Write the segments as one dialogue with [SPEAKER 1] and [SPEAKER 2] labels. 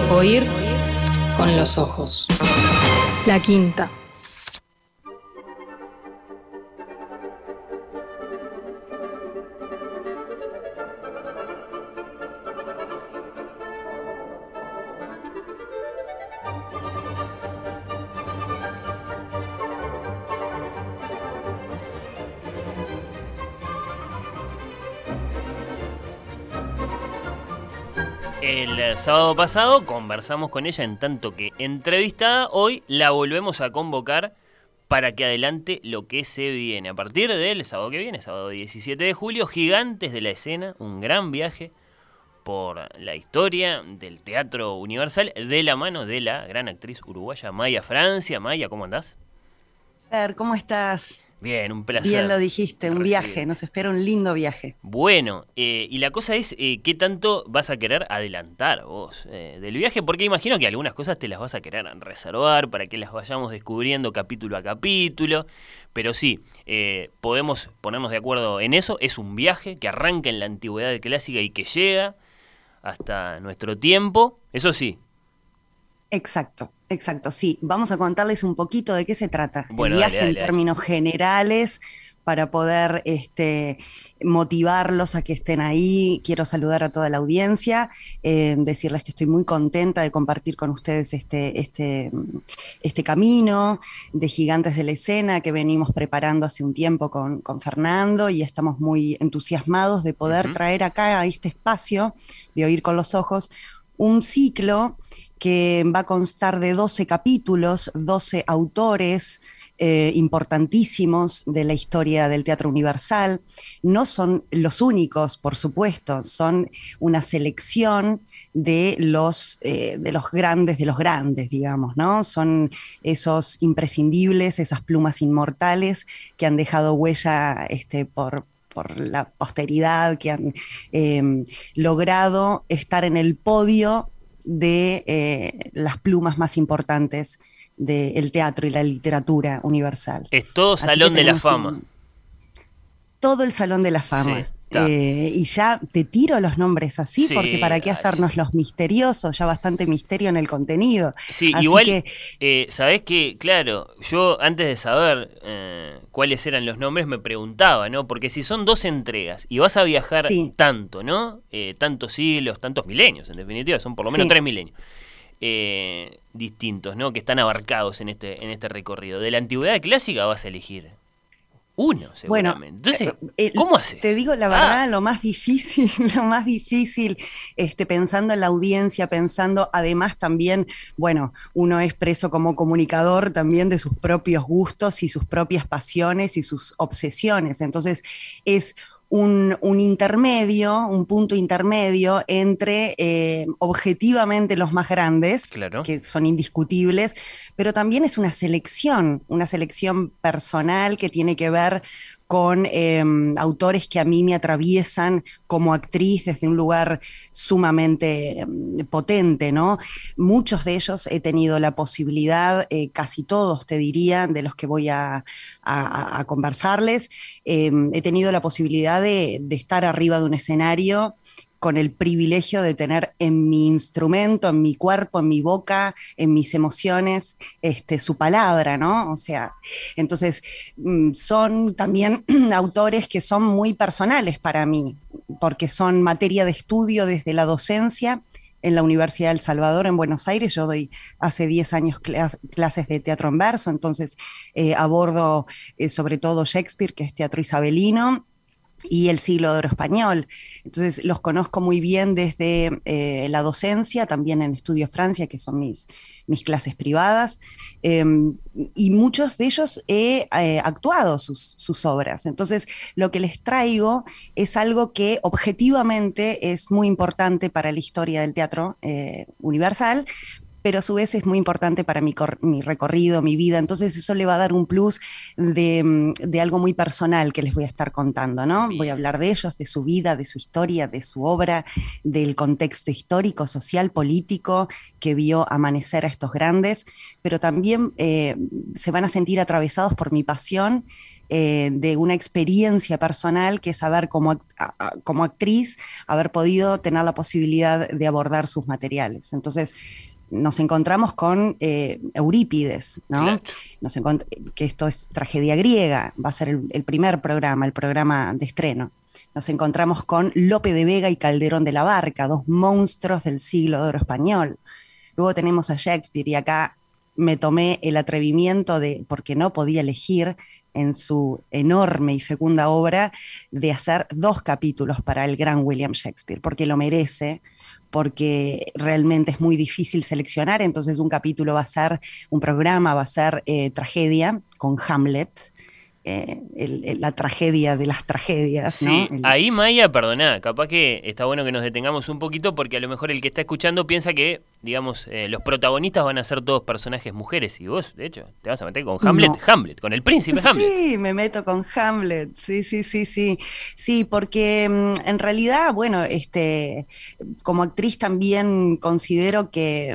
[SPEAKER 1] Oír con los ojos. La quinta.
[SPEAKER 2] El sábado pasado conversamos con ella, en tanto que entrevistada. Hoy la volvemos a convocar para que adelante lo que se viene. A partir del sábado que viene, sábado 17 de julio, Gigantes de la Escena, un gran viaje por la historia del Teatro Universal de la mano de la gran actriz uruguaya Maya Francia. Maya, ¿cómo andás?
[SPEAKER 3] ¿Cómo estás?
[SPEAKER 2] Bien, un placer.
[SPEAKER 3] Bien lo dijiste, un viaje, nos espera un lindo viaje.
[SPEAKER 2] Bueno, y la cosa es, ¿qué tanto vas a querer adelantar vos del viaje? Porque imagino que algunas cosas te las vas a querer reservar para que las vayamos descubriendo capítulo a capítulo, pero sí, podemos ponernos de acuerdo en eso. Es un viaje que arranca en la antigüedad clásica y que llega hasta nuestro tiempo, eso sí.
[SPEAKER 3] Exacto, sí. Vamos a contarles un poquito de qué se trata.
[SPEAKER 2] Bueno,
[SPEAKER 3] el viaje
[SPEAKER 2] dale,
[SPEAKER 3] en términos generales para poder motivarlos a que estén ahí. Quiero saludar a toda la audiencia, decirles que estoy muy contenta de compartir con ustedes este camino de Gigantes de la Escena que venimos preparando hace un tiempo con Fernando, y estamos muy entusiasmados de poder traer acá a este espacio de Oír con los Ojos un ciclo que va a constar de 12 capítulos, 12 autores importantísimos de la historia del Teatro Universal. No son los únicos, por supuesto, son una selección de los grandes, digamos, ¿no? Son esos imprescindibles, esas plumas inmortales que han dejado huella por la posteridad, que han logrado estar en el podio de las plumas más importantes del teatro y la literatura universal.
[SPEAKER 2] Es todo Salón de la Fama.
[SPEAKER 3] Todo el Salón de la Fama.
[SPEAKER 2] Sí,
[SPEAKER 3] y ya te tiro los nombres así,
[SPEAKER 2] sí,
[SPEAKER 3] porque para qué hacernos los misteriosos, ya bastante misterio en el contenido.
[SPEAKER 2] Sí,
[SPEAKER 3] así
[SPEAKER 2] igual,
[SPEAKER 3] que,
[SPEAKER 2] sabés que, claro, yo antes de saber cuáles eran los nombres me preguntaba, ¿no? Porque si son 2 entregas y vas a viajar tanto, ¿no? Tantos siglos, tantos milenios, en definitiva, son por lo menos 3 milenios distintos, ¿no? Que están abarcados en este recorrido. De la antigüedad clásica vas a elegir uno, seguramente.
[SPEAKER 3] Bueno,
[SPEAKER 2] entonces, ¿cómo haces?
[SPEAKER 3] Te digo la verdad, lo más difícil, pensando en la audiencia, pensando además también, bueno, uno es preso como comunicador también de sus propios gustos y sus propias pasiones y sus obsesiones. Entonces, es un intermedio, un punto intermedio entre objetivamente los más grandes,
[SPEAKER 2] claro,
[SPEAKER 3] que son indiscutibles, pero también es una selección personal que tiene que ver con autores que a mí me atraviesan como actriz desde un lugar sumamente potente, ¿no? Muchos de ellos he tenido la posibilidad, casi todos te diría, de los que voy a conversarles, he tenido la posibilidad de estar arriba de un escenario con el privilegio de tener en mi instrumento, en mi cuerpo, en mi boca, en mis emociones, su palabra, ¿no? O sea, entonces son también autores que son muy personales para mí, porque son materia de estudio desde la docencia en la Universidad del Salvador, en Buenos Aires. Yo doy hace 10 años clases de teatro en verso, entonces abordo sobre todo Shakespeare, que es teatro isabelino, y el siglo de oro español. Entonces los conozco muy bien desde la docencia, también en Estudio Francia, que son mis clases privadas, y muchos de ellos he actuado sus obras. Entonces lo que les traigo es algo que objetivamente es muy importante para la historia del teatro universal, pero a su vez es muy importante para mi recorrido, mi vida. Entonces eso le va a dar un plus de algo muy personal que les voy a estar contando, ¿no?
[SPEAKER 2] Bien.
[SPEAKER 3] Voy a hablar de ellos, de su vida, de su historia, de su obra, del contexto histórico, social, político que vio amanecer a estos grandes, pero también se van a sentir atravesados por mi pasión de una experiencia personal que es haber como actriz, haber podido tener la posibilidad de abordar sus materiales. Entonces, nos encontramos con Eurípides, ¿no?
[SPEAKER 2] Claro.
[SPEAKER 3] Que esto es tragedia griega, va a ser el primer programa, el programa de estreno. Nos encontramos con Lope de Vega y Calderón de la Barca, dos monstruos del siglo de oro español. Luego tenemos a Shakespeare y acá me tomé el atrevimiento de, porque no podía elegir en su enorme y fecunda obra, de hacer 2 capítulos para el gran William Shakespeare, porque lo merece, porque realmente es muy difícil seleccionar, entonces un capítulo va a ser, un programa va a ser tragedia con Hamlet, la tragedia de las tragedias,
[SPEAKER 2] Sí,
[SPEAKER 3] ¿no?
[SPEAKER 2] ahí Maya, perdoná, capaz que está bueno que nos detengamos un poquito porque a lo mejor el que está escuchando piensa que, digamos, los protagonistas van a ser todos personajes mujeres y vos, de hecho, te vas a meter con Hamlet,
[SPEAKER 3] No.
[SPEAKER 2] Hamlet, con el príncipe Hamlet.
[SPEAKER 3] Sí, me meto con Hamlet, sí, sí, sí, sí, sí, porque en realidad, bueno, como actriz también considero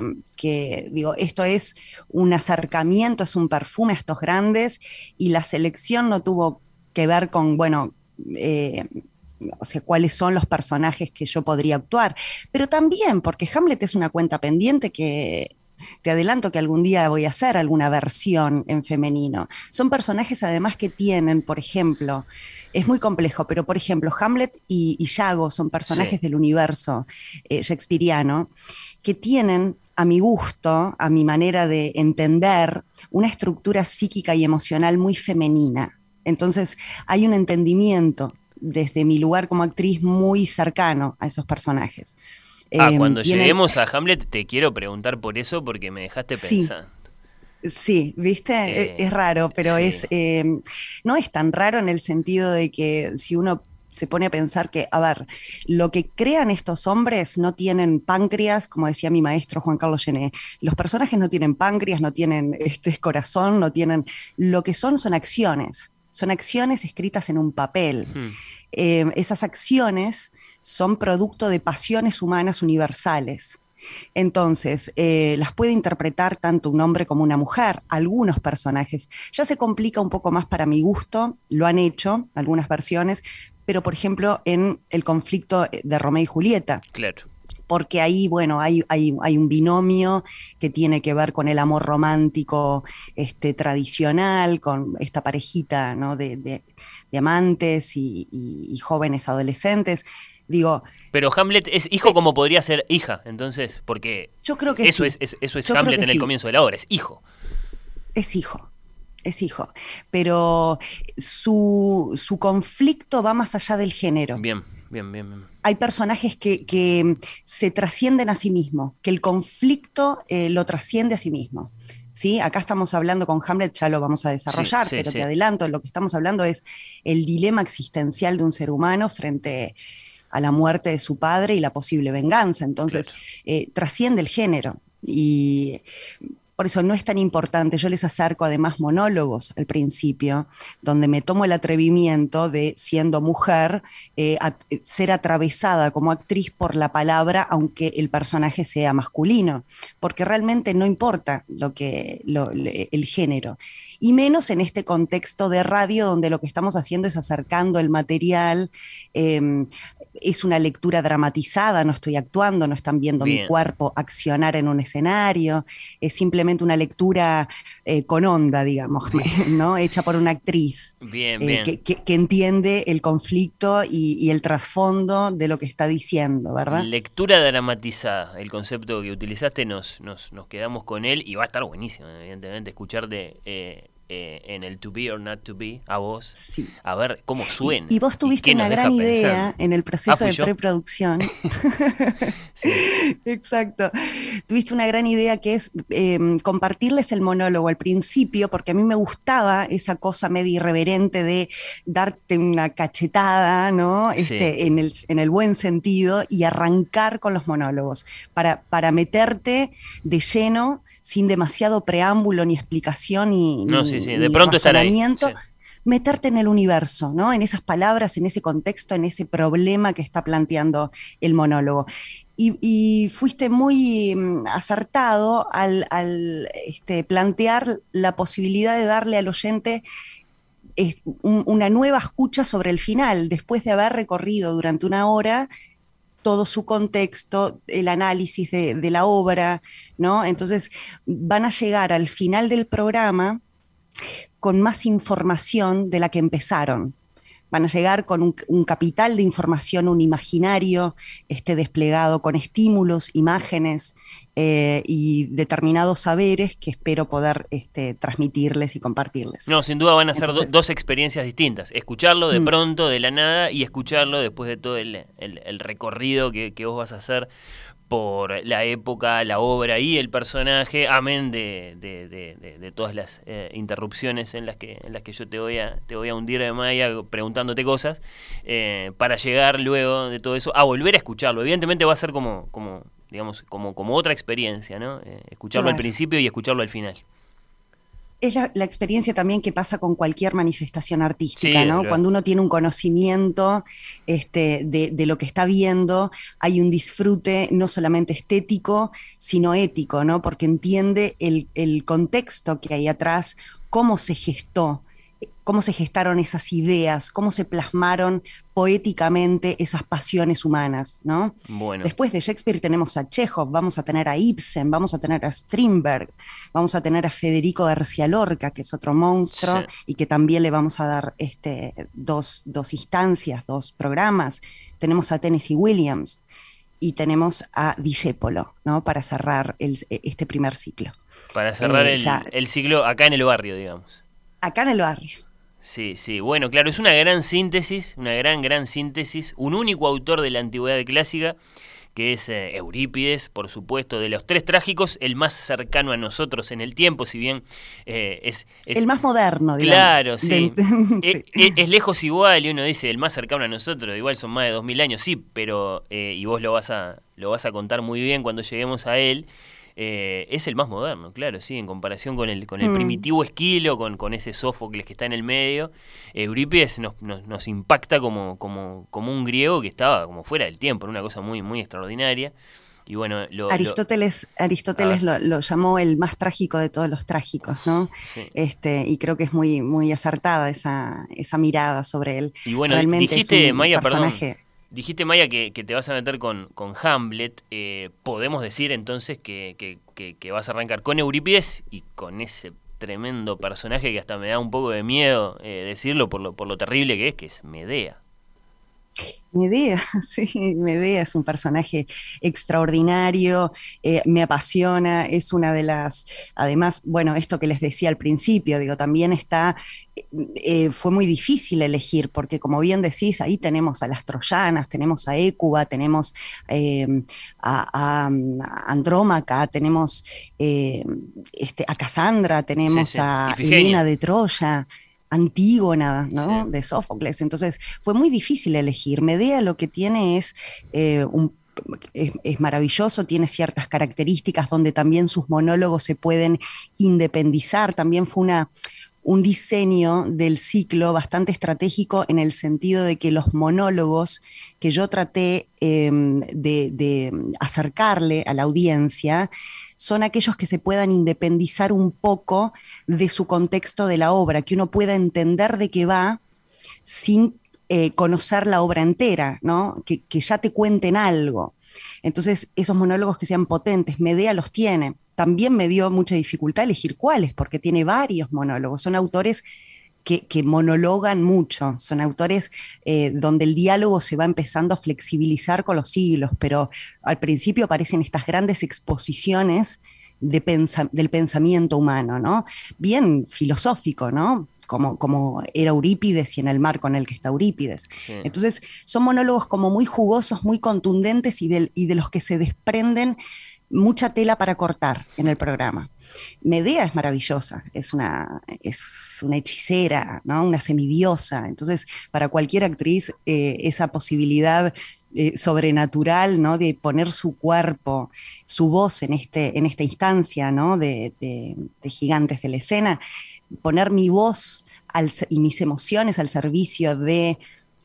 [SPEAKER 3] digo, esto es un acercamiento, es un perfume a estos grandes y la selección no tuvo que ver con, bueno, eh, o sea, cuáles son los personajes que yo podría actuar, pero también porque Hamlet es una cuenta pendiente que te adelanto que algún día voy a hacer alguna versión en femenino. Son personajes además que tienen, por ejemplo, es muy complejo, pero por ejemplo, Hamlet y Iago son
[SPEAKER 2] Sí.
[SPEAKER 3] personajes del universo shakespeariano que tienen, a mi gusto, a mi manera de entender, una estructura psíquica y emocional muy femenina. Entonces, hay un entendimiento desde mi lugar como actriz muy cercano a esos personajes.
[SPEAKER 2] Cuando
[SPEAKER 3] Tienen,
[SPEAKER 2] lleguemos a Hamlet te quiero preguntar por eso porque me dejaste
[SPEAKER 3] sí,
[SPEAKER 2] pensando.
[SPEAKER 3] sí, ¿viste? Es raro, pero
[SPEAKER 2] Sí,
[SPEAKER 3] no es tan raro en el sentido de que si uno se pone a pensar que, a ver, lo que crean estos hombres no tienen páncreas, como decía mi maestro Juan Carlos Gené. Los personajes no tienen páncreas, no tienen corazón, no tienen. Lo que son acciones. Son acciones escritas en un papel.
[SPEAKER 2] hmm,
[SPEAKER 3] Esas acciones son producto de pasiones humanas universales. Entonces, las puede interpretar tanto un hombre como una mujer, algunos personajes. Ya se complica un poco más para mi gusto, lo han hecho algunas versiones, pero por ejemplo en el conflicto de Romeo y Julieta,
[SPEAKER 2] claro.
[SPEAKER 3] porque ahí, bueno, hay un binomio que tiene que ver con el amor romántico tradicional, con esta parejita, ¿no? de amantes y jóvenes adolescentes. Digo,
[SPEAKER 2] Pero Hamlet es hijo
[SPEAKER 3] eh,
[SPEAKER 2] como podría ser hija, entonces, porque
[SPEAKER 3] yo creo que
[SPEAKER 2] eso
[SPEAKER 3] sí,
[SPEAKER 2] eso es
[SPEAKER 3] yo creo
[SPEAKER 2] Hamlet
[SPEAKER 3] que
[SPEAKER 2] en el
[SPEAKER 3] sí,
[SPEAKER 2] comienzo de la obra, es hijo.
[SPEAKER 3] es hijo. Es hijo, pero su conflicto va más allá del género.
[SPEAKER 2] Bien, bien, bien, bien.
[SPEAKER 3] Hay personajes que se trascienden a sí mismos, que el conflicto lo trasciende a sí mismo. ¿Sí? Acá estamos hablando con Hamlet, ya lo vamos a
[SPEAKER 2] Sí,
[SPEAKER 3] desarrollar,
[SPEAKER 2] sí,
[SPEAKER 3] pero te
[SPEAKER 2] sí.
[SPEAKER 3] adelanto, lo que estamos hablando es el dilema existencial de un ser humano frente a la muerte de su padre y la posible venganza. Entonces,
[SPEAKER 2] Claro.
[SPEAKER 3] trasciende el género. Y por eso no es tan importante. Yo les acerco además monólogos al principio, donde me tomo el atrevimiento de, siendo mujer, ser atravesada como actriz por la palabra, aunque el personaje sea masculino, porque realmente no importa el género. Y menos en este contexto de radio, donde lo que estamos haciendo es acercando el material. Es una lectura dramatizada, no estoy actuando, no están viendo mi
[SPEAKER 2] Bien,
[SPEAKER 3] cuerpo accionar en un escenario, es simplemente una lectura con onda, digamos,
[SPEAKER 2] bien,
[SPEAKER 3] ¿no? Hecha por una actriz
[SPEAKER 2] bien, bien.
[SPEAKER 3] que entiende el conflicto y el trasfondo de lo que está diciendo, ¿verdad?
[SPEAKER 2] Lectura dramatizada, el concepto que utilizaste, nos quedamos con él y va a estar buenísimo, evidentemente, escucharte en el To Be or Not To Be a vos,
[SPEAKER 3] Sí.
[SPEAKER 2] a ver cómo suena.
[SPEAKER 3] Y vos tuviste
[SPEAKER 2] qué nos
[SPEAKER 3] una gran
[SPEAKER 2] deja
[SPEAKER 3] idea
[SPEAKER 2] pensando.
[SPEAKER 3] en el proceso
[SPEAKER 2] ¿Fui
[SPEAKER 3] de
[SPEAKER 2] yo?
[SPEAKER 3] preproducción.
[SPEAKER 2] Sí,
[SPEAKER 3] Exacto. Tuviste una gran idea que es compartirles el monólogo al principio, porque a mí me gustaba esa cosa medio irreverente de darte una cachetada, ¿no?
[SPEAKER 2] sí.
[SPEAKER 3] En el buen sentido y arrancar con los monólogos, para meterte de lleno sin demasiado preámbulo, ni explicación,
[SPEAKER 2] No, sí, sí. De
[SPEAKER 3] ni
[SPEAKER 2] pronto estar ahí. Sí.
[SPEAKER 3] razonamiento, meterte en el universo, ¿no? En esas palabras, en ese contexto, en ese problema que está planteando el monólogo. Y fuiste muy acertado al plantear la posibilidad de darle al oyente una nueva escucha sobre el final, después de haber recorrido durante una hora todo su contexto, el análisis de la obra, ¿no? Entonces van a llegar al final del programa con más información de la que empezaron. Van a llegar con un capital de información, un imaginario desplegado con estímulos, imágenes y determinados saberes que espero poder transmitirles y compartirles.
[SPEAKER 2] No, sin duda van a ser
[SPEAKER 3] Entonces,
[SPEAKER 2] dos experiencias distintas. Escucharlo de
[SPEAKER 3] mm,
[SPEAKER 2] pronto, de la nada, y escucharlo después de todo el recorrido que vos vas a hacer por la época, la obra y el personaje, amén de todas las interrupciones en las que yo te voy a hundir de Maya preguntándote cosas, para llegar luego de todo eso a volver a escucharlo. Evidentemente va a ser digamos, como otra experiencia, ¿no? Escucharlo al
[SPEAKER 3] claro.
[SPEAKER 2] principio y escucharlo al final.
[SPEAKER 3] Es la experiencia también que pasa con cualquier manifestación
[SPEAKER 2] Sí,
[SPEAKER 3] artística,
[SPEAKER 2] desde
[SPEAKER 3] ¿no?
[SPEAKER 2] luego.
[SPEAKER 3] Cuando uno tiene un conocimiento de lo que está viendo, hay un disfrute no solamente estético, sino ético, ¿no? Porque entiende el contexto que hay atrás, cómo se gestó, cómo se gestaron esas ideas, cómo se plasmaron poéticamente esas pasiones humanas, ¿no?
[SPEAKER 2] Bueno,
[SPEAKER 3] Después de Shakespeare tenemos a Chekhov, vamos a tener a Ibsen, vamos a tener a Strindberg, vamos a tener a Federico García Lorca, que es otro
[SPEAKER 2] sí.
[SPEAKER 3] monstruo y que también le vamos a dar dos instancias, dos programas. Tenemos a Tennessee Williams y tenemos a Discépolo, ¿no? Para cerrar este primer ciclo.
[SPEAKER 2] Para cerrar
[SPEAKER 3] Ya
[SPEAKER 2] el ciclo acá en el barrio, digamos.
[SPEAKER 3] acá en el barrio.
[SPEAKER 2] Sí, sí. Bueno, claro, es una gran síntesis, una gran síntesis. Un único autor de la antigüedad clásica, que es Eurípides, por supuesto, de los tres trágicos, el más cercano a nosotros en el tiempo, si bien
[SPEAKER 3] El más moderno, digamos.
[SPEAKER 2] claro, sí.
[SPEAKER 3] Sí.
[SPEAKER 2] Es lejos igual, y uno dice el más cercano a nosotros, igual son más de 2000 años, sí, pero, y vos lo vas a contar muy bien cuando lleguemos a él. Es el más moderno, claro, sí, en comparación con el primitivo Esquilo, con ese Sófocles que está en el medio. Eurípides nos impacta como un griego que estaba como fuera del tiempo, era una cosa muy extraordinaria. Y bueno, a
[SPEAKER 3] Aristóteles
[SPEAKER 2] ver,
[SPEAKER 3] lo llamó el más trágico de todos los trágicos, ¿no?
[SPEAKER 2] sí.
[SPEAKER 3] Y creo que es muy acertada esa mirada sobre él.
[SPEAKER 2] Y bueno,
[SPEAKER 3] Realmente es
[SPEAKER 2] dijiste,
[SPEAKER 3] un
[SPEAKER 2] Maya, perdón,
[SPEAKER 3] personaje.
[SPEAKER 2] dijiste, Maya, que te vas a meter con Hamlet. Podemos decir entonces que vas a arrancar con Eurípides y con ese tremendo personaje que hasta me da un poco de miedo decirlo por lo terrible que es Medea.
[SPEAKER 3] Medea, sí, Medea es un personaje extraordinario, me apasiona, es una de las, además, bueno, esto que les decía al principio, digo, también fue muy difícil elegir, porque como bien decís, ahí tenemos a las troyanas, tenemos a Écuba, tenemos eh, a Andrómaca, tenemos a Casandra,
[SPEAKER 2] Sí,
[SPEAKER 3] tenemos
[SPEAKER 2] sí.
[SPEAKER 3] a Helena
[SPEAKER 2] Ifigenia.
[SPEAKER 3] de Troya. Antígona,
[SPEAKER 2] Sí.
[SPEAKER 3] ¿no? De Sófocles. Entonces fue muy difícil elegir. Medea lo que tiene eh, un, es maravilloso, tiene ciertas características donde también sus monólogos se pueden independizar. También fue un diseño del ciclo bastante estratégico en el sentido de que los monólogos que yo traté de acercarle a la audiencia son aquellos que se puedan independizar un poco de su contexto de la obra, que uno pueda entender de qué va sin conocer la obra entera, ¿no? Que ya te cuenten algo. Entonces, esos monólogos que sean potentes, Medea los tiene. También me dio mucha dificultad elegir cuáles, porque tiene varios monólogos. Son autores que monologan mucho, son autores donde el diálogo se va empezando a flexibilizar con los siglos, pero al principio aparecen estas grandes exposiciones del pensamiento humano, ¿no? Bien filosófico, ¿no? Como era Eurípides y en el marco en el que está Eurípides.
[SPEAKER 2] Sí.
[SPEAKER 3] Entonces, son monólogos como muy jugosos, muy contundentes y de los que se desprenden mucha tela para cortar en el programa. Medea es maravillosa, es una hechicera, ¿no? Una semidiosa. Entonces, para cualquier actriz, esa posibilidad sobrenatural, ¿no? De poner su cuerpo, su voz en esta instancia, ¿no? De gigantes de la escena, poner mi voz y mis emociones al servicio de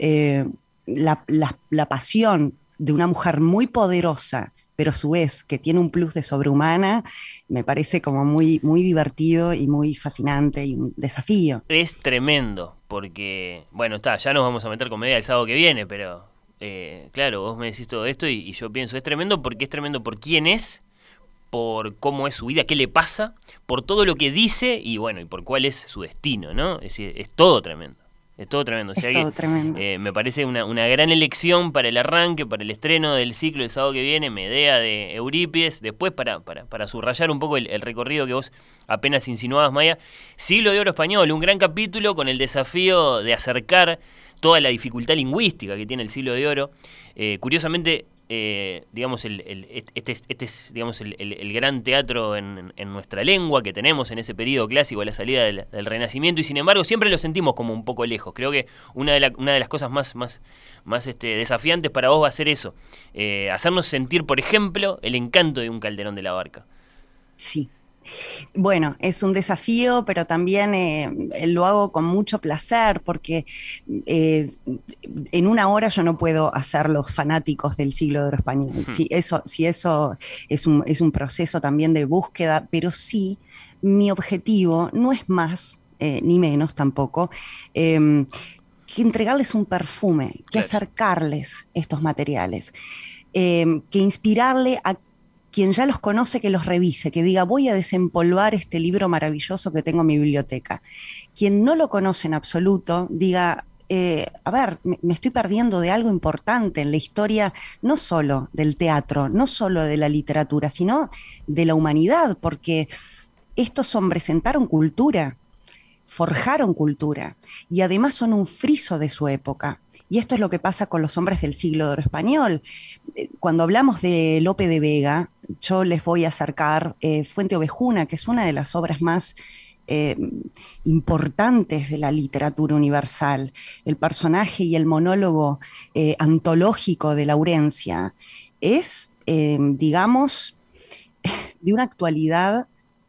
[SPEAKER 3] la pasión de una mujer muy poderosa, pero a su vez que tiene un plus de sobrehumana, me parece como muy, muy divertido y muy fascinante y un desafío.
[SPEAKER 2] Es tremendo, porque, bueno, ya nos vamos a meter con Medea el sábado que viene, pero claro, vos me decís todo esto y yo pienso, es tremendo porque es tremendo por quién es, por cómo es su vida, qué le pasa, por todo lo que dice y bueno, y por cuál es su destino, ¿no? Es decir, es todo tremendo. Es todo tremendo.
[SPEAKER 3] Es todo tremendo.
[SPEAKER 2] Me parece una gran elección para el arranque, para el estreno del ciclo el sábado que viene, Medea de Eurípides. Después, para subrayar un poco el recorrido que vos apenas insinuabas, Maya, Siglo de Oro Español, un gran capítulo con el desafío de acercar toda la dificultad lingüística que tiene el Siglo de Oro. Curiosamente, digamos, este es digamos, el gran teatro en nuestra lengua que tenemos en ese periodo clásico a la salida del Renacimiento, y sin embargo siempre lo sentimos como un poco lejos. Creo que una de las cosas más desafiantes para vos va a ser eso, hacernos sentir, por ejemplo, el encanto de un Calderón de la Barca.
[SPEAKER 3] Sí. Bueno, es un desafío, pero también lo hago con mucho placer porque en una hora yo no puedo hacer los fanáticos del Siglo de Oro Español. Si eso es un proceso también de búsqueda, pero sí, mi objetivo no es más ni menos tampoco que entregarles un perfume, que acercarles estos materiales, que inspirarle a quien ya los conoce que los revise, que diga voy a desempolvar este libro maravilloso que tengo en mi biblioteca. Quien no lo conoce en absoluto, diga, a ver, me estoy perdiendo de algo importante en la historia, no solo del teatro, no solo de la literatura, sino de la humanidad, porque estos hombres sentaron cultura, forjaron cultura, y además son un friso de su época. Y esto es lo que pasa con los hombres del Siglo de Oro Español. Cuando hablamos de Lope de Vega, yo les voy a acercar Fuente Ovejuna, que es una de las obras más importantes de la literatura universal. El personaje y el monólogo antológico de Laurencia es, digamos, de una actualidad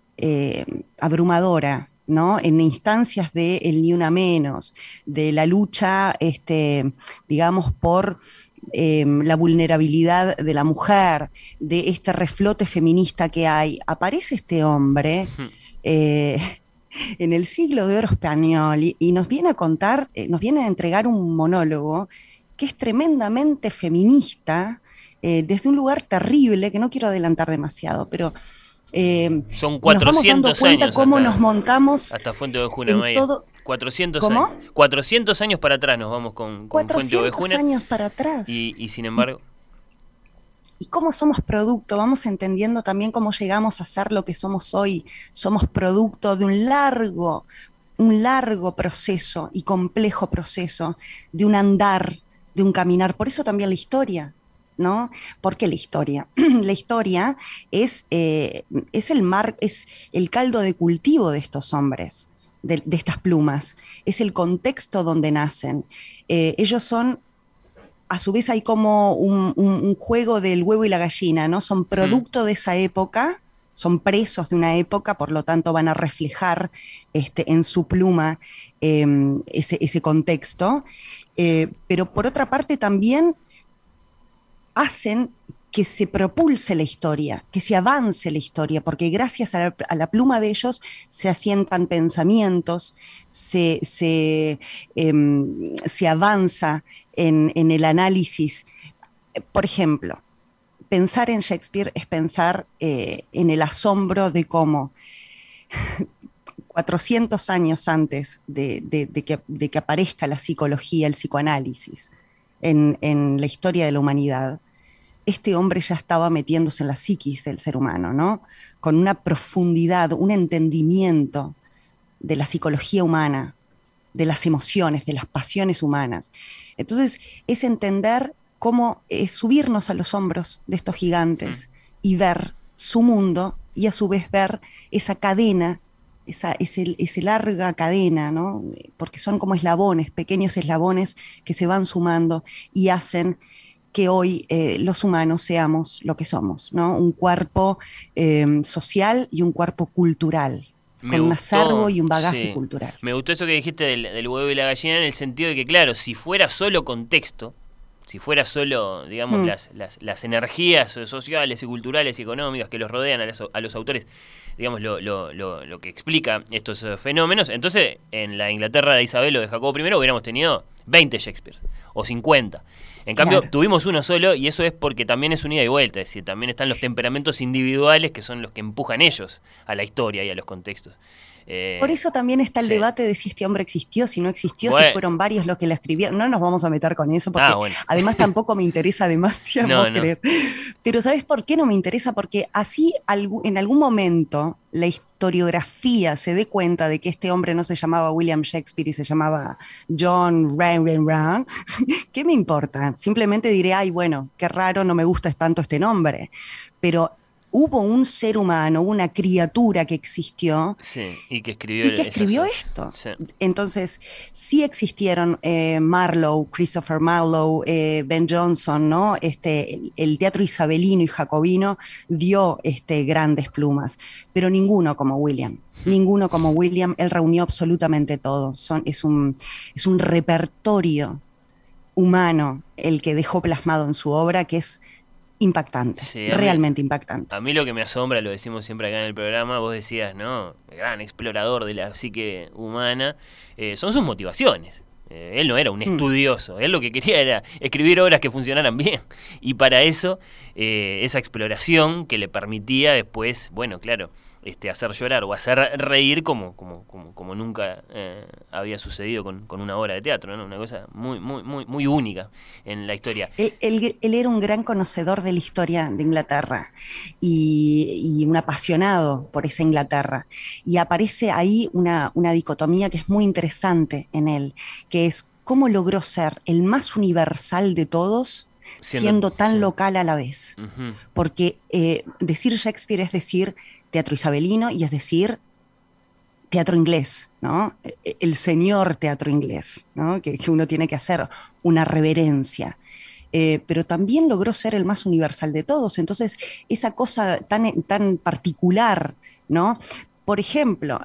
[SPEAKER 3] abrumadora, ¿no? En instancias de el ni una menos, de la lucha, digamos, por la vulnerabilidad de la mujer, de este reflote feminista que hay. Aparece este hombre en el Siglo de Oro Español y nos viene a contar, nos viene a entregar un monólogo que es tremendamente feminista, desde un lugar terrible, que no quiero adelantar demasiado, pero
[SPEAKER 2] son 400 años
[SPEAKER 3] cómo
[SPEAKER 2] hasta,
[SPEAKER 3] nos montamos
[SPEAKER 2] hasta Fuente Ovejuna, Maya. 400
[SPEAKER 3] ¿Cómo?
[SPEAKER 2] años. 400 años para atrás nos vamos con Fuente Ovejuna.
[SPEAKER 3] 400 años para atrás.
[SPEAKER 2] Y sin embargo...
[SPEAKER 3] Y cómo somos producto, vamos entendiendo también cómo llegamos a ser lo que somos hoy. Somos producto de un largo proceso y complejo proceso, de un andar, de un caminar. Por eso también la historia, ¿no? ¿Por qué la historia? La historia es el caldo de cultivo de estos hombres, de estas plumas. Es el contexto donde nacen. Ellos son, a su vez hay como un juego del huevo y la gallina, ¿no? Son producto de esa época, son presos de una época, por lo tanto van a reflejar en su pluma ese contexto. Pero por otra parte también hacen que se propulse la historia, que se avance la historia, porque gracias a la pluma de ellos se asientan pensamientos, se avanza en el análisis. Por ejemplo, pensar en Shakespeare es pensar en el asombro de cómo 400 años antes de que aparezca la psicología, el psicoanálisis en la historia de la humanidad, este hombre ya estaba metiéndose en la psiquis del ser humano, ¿no? Con una profundidad, un entendimiento de la psicología humana, de las emociones, de las pasiones humanas. Entonces, es entender cómo subirnos a los hombros de estos gigantes y ver su mundo y a su vez ver esa cadena, esa larga cadena, ¿no? Porque son como eslabones, pequeños eslabones que se van sumando y hacen que hoy los humanos seamos lo que somos, ¿no? Un cuerpo social y un cuerpo cultural, con un acervo y un bagaje cultural.
[SPEAKER 2] Me gustó eso que dijiste del huevo y la gallina, en el sentido de que, claro, si fuera solo contexto, si fuera solo, digamos, las energías sociales y culturales y económicas que los rodean a los autores, digamos, lo que explica estos fenómenos, entonces en la Inglaterra de Isabel o de Jacobo I hubiéramos tenido 20 Shakespeare o 50. En cambio, tuvimos uno solo, y eso es porque también es un ida y vuelta, es decir, también están los temperamentos individuales que son los que empujan ellos a la historia y a los contextos.
[SPEAKER 3] Por eso también está el debate de si este hombre existió, si no existió, si fueron varios los que la escribieron. No nos vamos a meter con eso, porque además tampoco me interesa demasiado. Pero ¿sabes por qué no me interesa? Porque así en algún momento la historiografía se dé cuenta de que este hombre no se llamaba William Shakespeare y se llamaba John Rang. ¿Qué me importa? Simplemente diré, ay, bueno, qué raro, no me gusta tanto este nombre. Pero hubo un ser humano, una criatura que existió
[SPEAKER 2] y que escribió esto.
[SPEAKER 3] Sí. Entonces, sí existieron Marlowe, Christopher Marlowe, Ben Jonson, ¿no? El teatro isabelino y jacobino dio grandes plumas, pero ninguno como William. Ninguno como William. Él reunió absolutamente todo. Es un repertorio humano el que dejó plasmado en su obra, que es impactante, realmente impactante.
[SPEAKER 2] A mí lo que me asombra, lo decimos siempre acá en el programa, vos decías, ¿no? El gran explorador de la psique humana, son sus motivaciones. Él no era un estudioso, él lo que quería era escribir obras que funcionaran bien. Y para eso, esa exploración que le permitía después, bueno, claro, hacer llorar o hacer reír como nunca había sucedido con una obra de teatro, ¿no? Una cosa muy única en la historia.
[SPEAKER 3] Él era un gran conocedor de la historia de Inglaterra y un apasionado por esa Inglaterra. Y aparece ahí una dicotomía que es muy interesante en él, que es cómo logró ser el más universal de todos siendo tan local a la vez. Uh-huh. Porque decir Shakespeare es decir teatro isabelino y es decir teatro inglés, ¿no? El señor teatro inglés, ¿no? Que uno tiene que hacer una reverencia. Pero también logró ser el más universal de todos. Entonces, esa cosa tan particular, ¿no? Por ejemplo,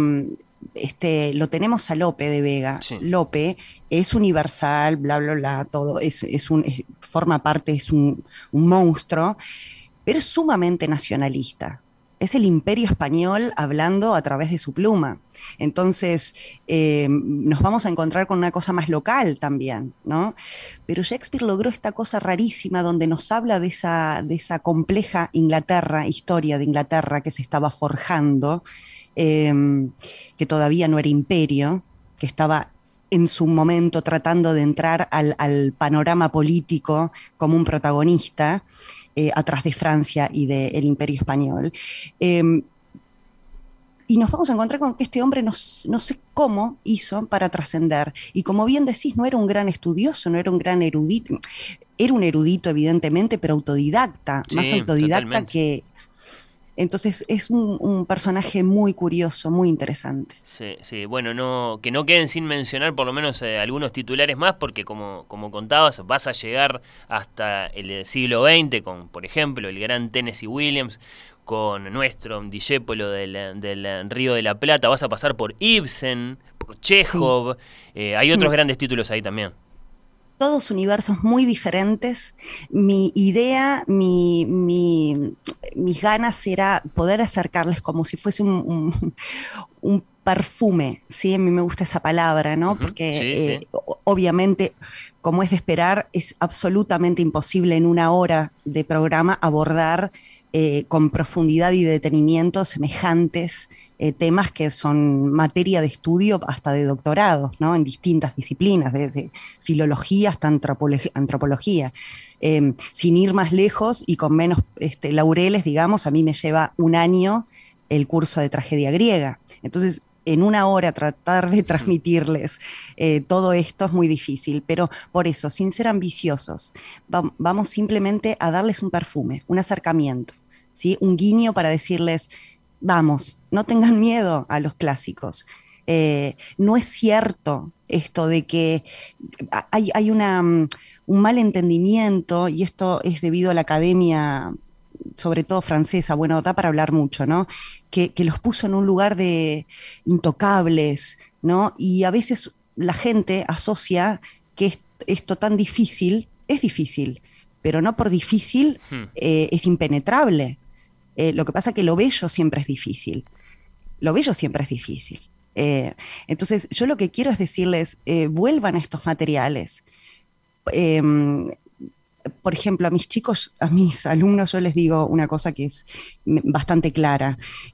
[SPEAKER 3] lo tenemos a Lope de Vega. Sí. Lope es universal, bla, bla, bla, todo, forma parte, es un monstruo, pero es sumamente nacionalista. Es el Imperio Español hablando a través de su pluma. Entonces, nos vamos a encontrar con una cosa más local también, ¿no? Pero Shakespeare logró esta cosa rarísima donde nos habla de esa compleja historia de Inglaterra que se estaba forjando, que todavía no era imperio, que estaba en su momento tratando de entrar al panorama político como un protagonista, atrás de Francia y del Imperio Español. Y nos vamos a encontrar con que este hombre no sé cómo hizo para trascender. Y como bien decís, no era un gran estudioso, no era un gran erudito. Era un erudito, evidentemente, pero autodidacta, sí, más autodidacta totalmente. Que... Entonces es un personaje muy curioso, muy interesante.
[SPEAKER 2] Sí, bueno, que no queden sin mencionar por lo menos algunos titulares más, porque como contabas, vas a llegar hasta el siglo XX con, por ejemplo, el gran Tennessee Williams, con nuestro discépolo del Río de la Plata, vas a pasar por Ibsen, por Chekhov, hay otros grandes títulos ahí también.
[SPEAKER 3] Todos universos muy diferentes. Mi idea, mis ganas era poder acercarles como si fuese un perfume, ¿sí? A mí me gusta esa palabra, ¿no? Porque obviamente, como es de esperar, es absolutamente imposible en una hora de programa abordar con profundidad y detenimiento semejantes temas que son materia de estudio hasta de doctorados, ¿no? En distintas disciplinas, desde filología hasta antropología. Sin ir más lejos y con menos laureles, digamos, a mí me lleva un año el curso de tragedia griega. Entonces, en una hora tratar de transmitirles todo esto es muy difícil, pero por eso, sin ser ambiciosos, vamos simplemente a darles un perfume, un acercamiento, ¿sí? Un guiño para decirles, vamos, no tengan miedo a los clásicos. No es cierto esto de que hay un mal entendimiento, y esto es debido a la academia, sobre todo francesa, bueno, da para hablar mucho, ¿no? Que los puso en un lugar de intocables, ¿no? Y a veces la gente asocia que esto tan difícil, es difícil, pero no por difícil es impenetrable. Lo que pasa es que lo bello siempre es difícil. Lo bello siempre es difícil. Entonces, yo lo que quiero es decirles, vuelvan a estos materiales. Eh, por ejemplo, a mis chicos, a mis alumnos, yo les digo una cosa que es bastante clara.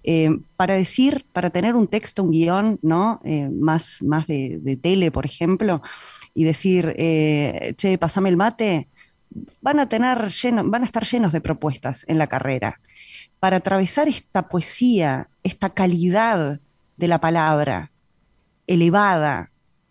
[SPEAKER 3] Para tener un texto, un guión, ¿no? Más de tele, por ejemplo, y decir, che, pasame el mate, van a estar llenos de propuestas en la carrera. Para atravesar esta poesía, esta calidad de la palabra, elevada,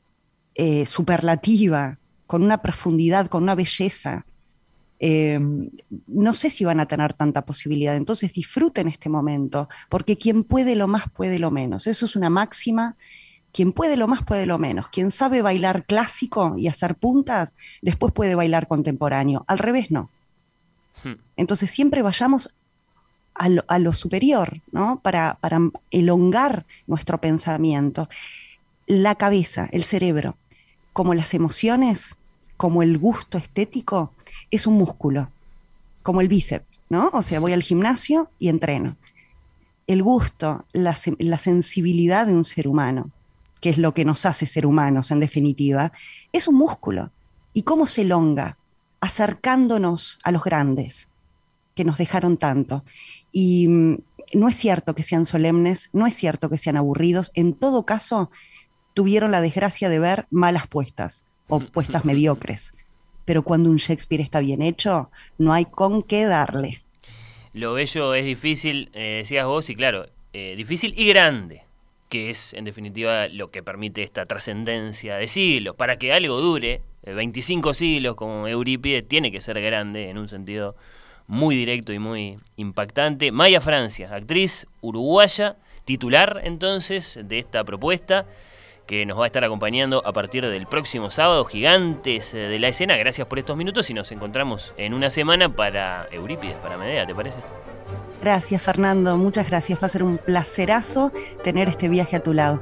[SPEAKER 3] superlativa, con una profundidad, con una belleza, eh, no sé si van a tener tanta posibilidad. Entonces disfruten este momento, porque quien puede lo más puede lo menos. Eso es una máxima. Quien puede lo más puede lo menos. Quien sabe bailar clásico y hacer puntas, después puede bailar contemporáneo. Al revés, no. Entonces siempre vayamos a lo superior, ¿no? Para elongar nuestro pensamiento. La cabeza, el cerebro, como las emociones, como el gusto estético, es un músculo, como el bíceps, ¿no? O sea, voy al gimnasio y entreno. El gusto, la sensibilidad de un ser humano, que es lo que nos hace ser humanos en definitiva, es un músculo. ¿Y cómo se elonga? Acercándonos a los grandes, que nos dejaron tanto. Y no es cierto que sean solemnes, no es cierto que sean aburridos, en todo caso tuvieron la desgracia de ver malas puestas o puestas mediocres. Pero cuando un Shakespeare está bien hecho, no hay con qué darle.
[SPEAKER 2] Lo bello es difícil, decías vos, y claro, difícil y grande, que es en definitiva lo que permite esta trascendencia de siglos. Para que algo dure 25 siglos como Eurípides, tiene que ser grande en un sentido muy directo y muy impactante. Maya Francia, actriz uruguaya, titular entonces de esta propuesta, que nos va a estar acompañando a partir del próximo sábado. Gigantes de la escena, gracias por estos minutos y nos encontramos en una semana para Eurípides, para Medea, ¿te parece?
[SPEAKER 3] Gracias, Fernando, muchas gracias. Va a ser un placerazo tener este viaje a tu lado.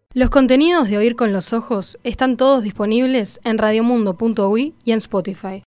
[SPEAKER 4] Los contenidos de Oír con los Ojos están todos disponibles en radiomundo.uy y en Spotify.